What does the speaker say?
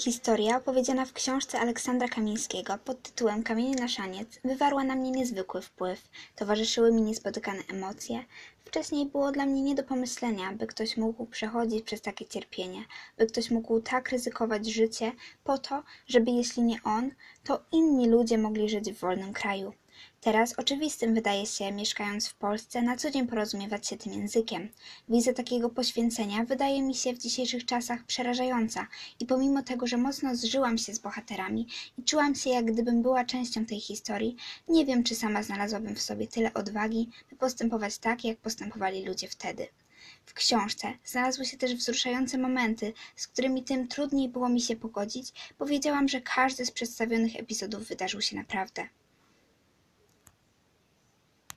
Historia opowiedziana w książce Aleksandra Kamińskiego pod tytułem Kamienie na szaniec wywarła na mnie niezwykły wpływ. Towarzyszyły mi niespotykane emocje. Wcześniej było dla mnie nie do pomyślenia, by ktoś mógł przechodzić przez takie cierpienie, by ktoś mógł tak ryzykować życie po to, żeby jeśli nie on, to inni ludzie mogli żyć w wolnym kraju. Teraz oczywistym wydaje się, mieszkając w Polsce, na co dzień porozumiewać się tym językiem. Wizja takiego poświęcenia wydaje mi się w dzisiejszych czasach przerażająca i pomimo tego, że mocno zżyłam się z bohaterami i czułam się, jak gdybym była częścią tej historii, nie wiem, czy sama znalazłabym w sobie tyle odwagi, by postępować tak, jak postępowali ludzie wtedy. W książce znalazły się też wzruszające momenty, z którymi tym trudniej było mi się pogodzić, bo wiedziałam, że każdy z przedstawionych epizodów wydarzył się naprawdę.